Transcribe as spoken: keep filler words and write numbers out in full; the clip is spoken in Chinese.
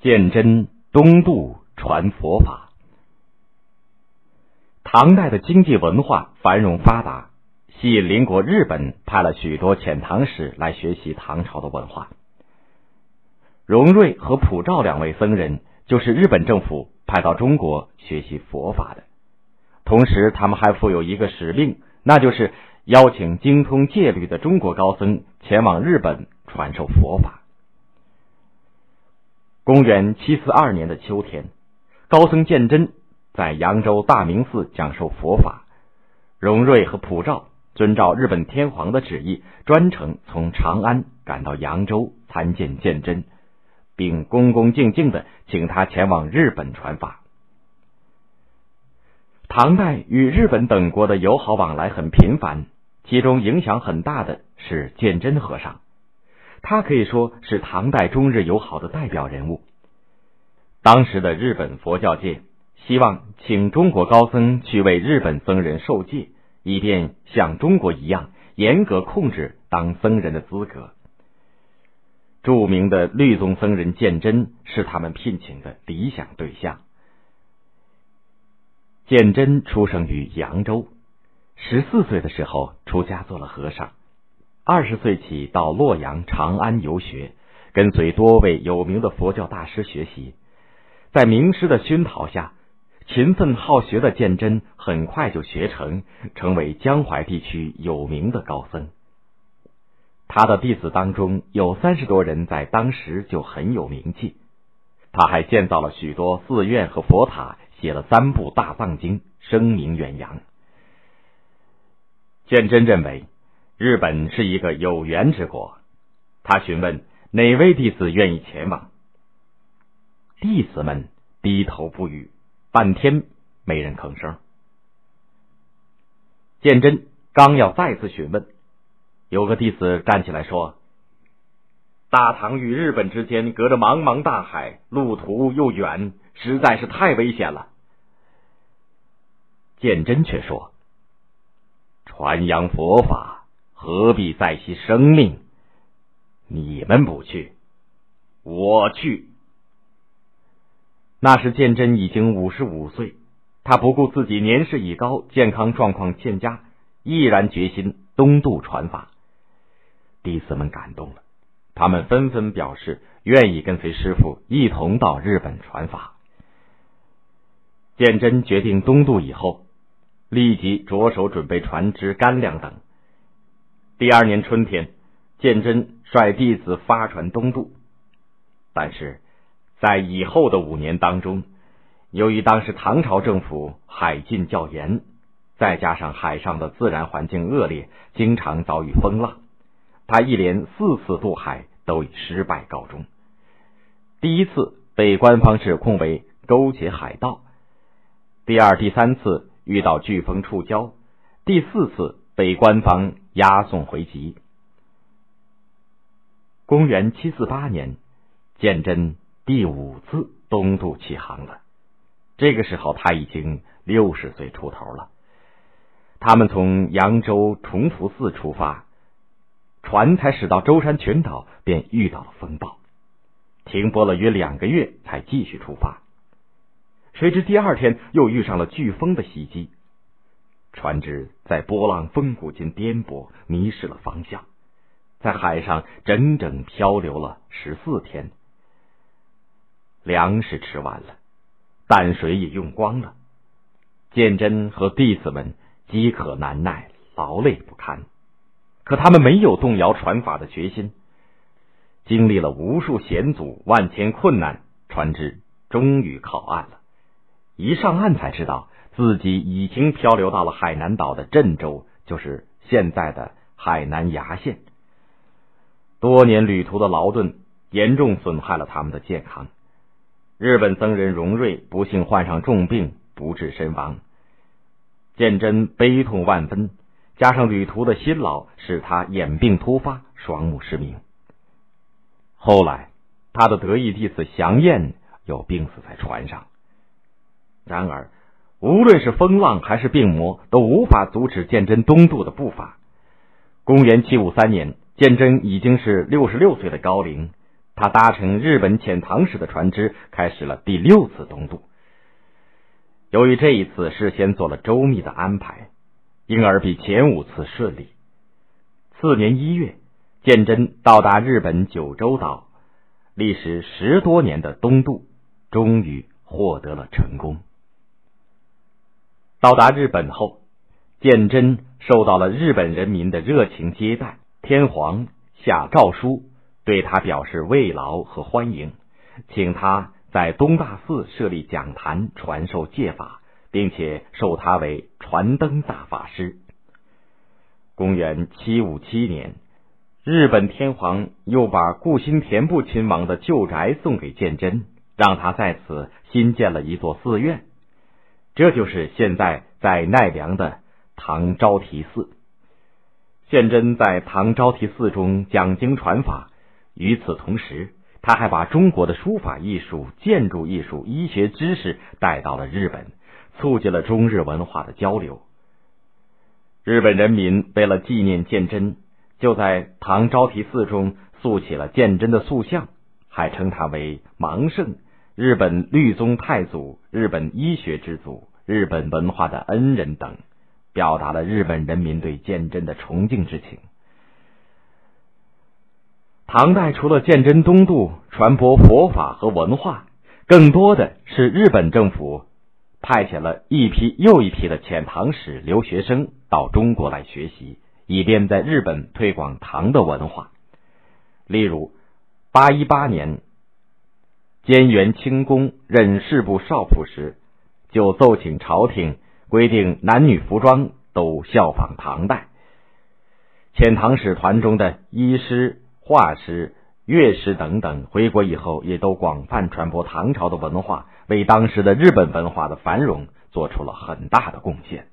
鉴真东渡传佛法。唐代的经济文化繁荣发达，吸引邻国日本派了许多遣唐使来学习唐朝的文化。荣瑞和普照两位僧人就是日本政府派到中国学习佛法的，同时他们还负有一个使命，那就是邀请精通戒律的中国高僧前往日本传授佛法。公元七四二年的秋天，高僧鉴真在扬州大明寺讲授佛法，荣瑞和普照遵照日本天皇的旨意，专程从长安赶到扬州参见鉴真，并恭恭敬敬地请他前往日本传法。唐代与日本等国的友好往来很频繁，其中影响很大的是鉴真和尚，他可以说是唐代中日友好的代表人物。当时的日本佛教界希望请中国高僧去为日本僧人受戒，以便像中国一样严格控制当僧人的资格。著名的律宗僧人鉴真是他们聘请的理想对象。鉴真出生于扬州，十四岁的时候出家做了和尚，二十岁起到洛阳、长安游学，跟随多位有名的佛教大师学习。在名师的熏陶下，勤奋好学的鉴真很快就学成，成为江淮地区有名的高僧。他的弟子当中有三十多人在当时就很有名气。他还建造了许多寺院和佛塔，写了三部大藏经，声名远扬。鉴真认为日本是一个有缘之国，他询问哪位弟子愿意前往。弟子们低头不语，半天没人吭声。鉴真刚要再次询问，有个弟子站起来说：大唐与日本之间隔着茫茫大海，路途又远，实在是太危险了。鉴真却说：传扬佛法，何必在惜生命？你们不去，我去。那时鉴真已经五十五岁，他不顾自己年事已高，健康状况欠佳，毅然决心东渡传法。弟子们感动了，他们纷纷表示愿意跟随师父一同到日本传法。鉴真决定东渡以后，立即着手准备船只、干粮等。第二年春天，鉴真率弟子发船东渡。但是在以后的五年当中，由于当时唐朝政府海禁较严，再加上海上的自然环境恶劣，经常遭遇风浪，他一连四次渡海都以失败告终。第一次被官方指控为勾结海盗，第二、第三次遇到飓风触礁，第四次被官方押送回籍。公元七四八年，鉴真第五次东渡起航了。这个时候他已经六十岁出头了。他们从扬州崇福寺出发，船才驶到舟山群岛，便遇到了风暴，停泊了约两个月才继续出发。谁知第二天又遇上了飓风的袭击，船只在波浪风谷间颠簸，迷失了方向，在海上整整漂流了十四天。粮食吃完了，淡水也用光了，鉴真和弟子们饥渴难耐，劳累不堪。可他们没有动摇传法的决心，经历了无数险阻，万千困难，船只终于靠岸了。一上岸才知道自己已经漂流到了海南岛的镇州，就是现在的海南崖县。多年旅途的劳顿严重损害了他们的健康。日本僧人荣瑞不幸患上重病，不治身亡。鉴真悲痛万分，加上旅途的辛劳，使他眼病突发，双目失明。后来他的得意弟子祥彦又病死在船上。然而无论是风浪还是病魔，都无法阻止鉴真东渡的步伐。公元七五三年，鉴真已经是六十六岁的高龄， 他搭乘日本遣唐使的船只，开始了第六次东渡。由于这一次事先做了周密的安排，因而比前五次顺利。次年一月，鉴真到达日本九州岛，历时十多年的东渡终于获得了成功。到达日本后，鉴真受到了日本人民的热情接待，天皇下诏书对他表示慰劳和欢迎，请他在东大寺设立讲坛，传授戒法，并且授他为传灯大法师。公元七五七年，日本天皇又把顾新田部亲王的旧宅送给鉴真，让他在此新建了一座寺院，这就是现在在奈良的唐招提寺。鉴真在唐招提寺中讲经传法，与此同时，他还把中国的书法艺术、建筑艺术、医学知识带到了日本，促进了中日文化的交流。日本人民为了纪念鉴真，就在唐招提寺中塑起了鉴真的塑像，还称他为芒圣、日本律宗太祖、日本医学之祖、日本文化的恩人等，表达了日本人民对鉴真的崇敬之情。唐代除了鉴真东渡传播佛法和文化，更多的是日本政府派遣了一批又一批的遣唐使留学生到中国来学习，以便在日本推广唐的文化。例如八一八年，菅原清宫任士部少府时，就奏请朝廷规定男女服装都效仿唐代。遣唐使团中的医师、画师、乐师等等回国以后，也都广泛传播唐朝的文化，为当时的日本文化的繁荣做出了很大的贡献。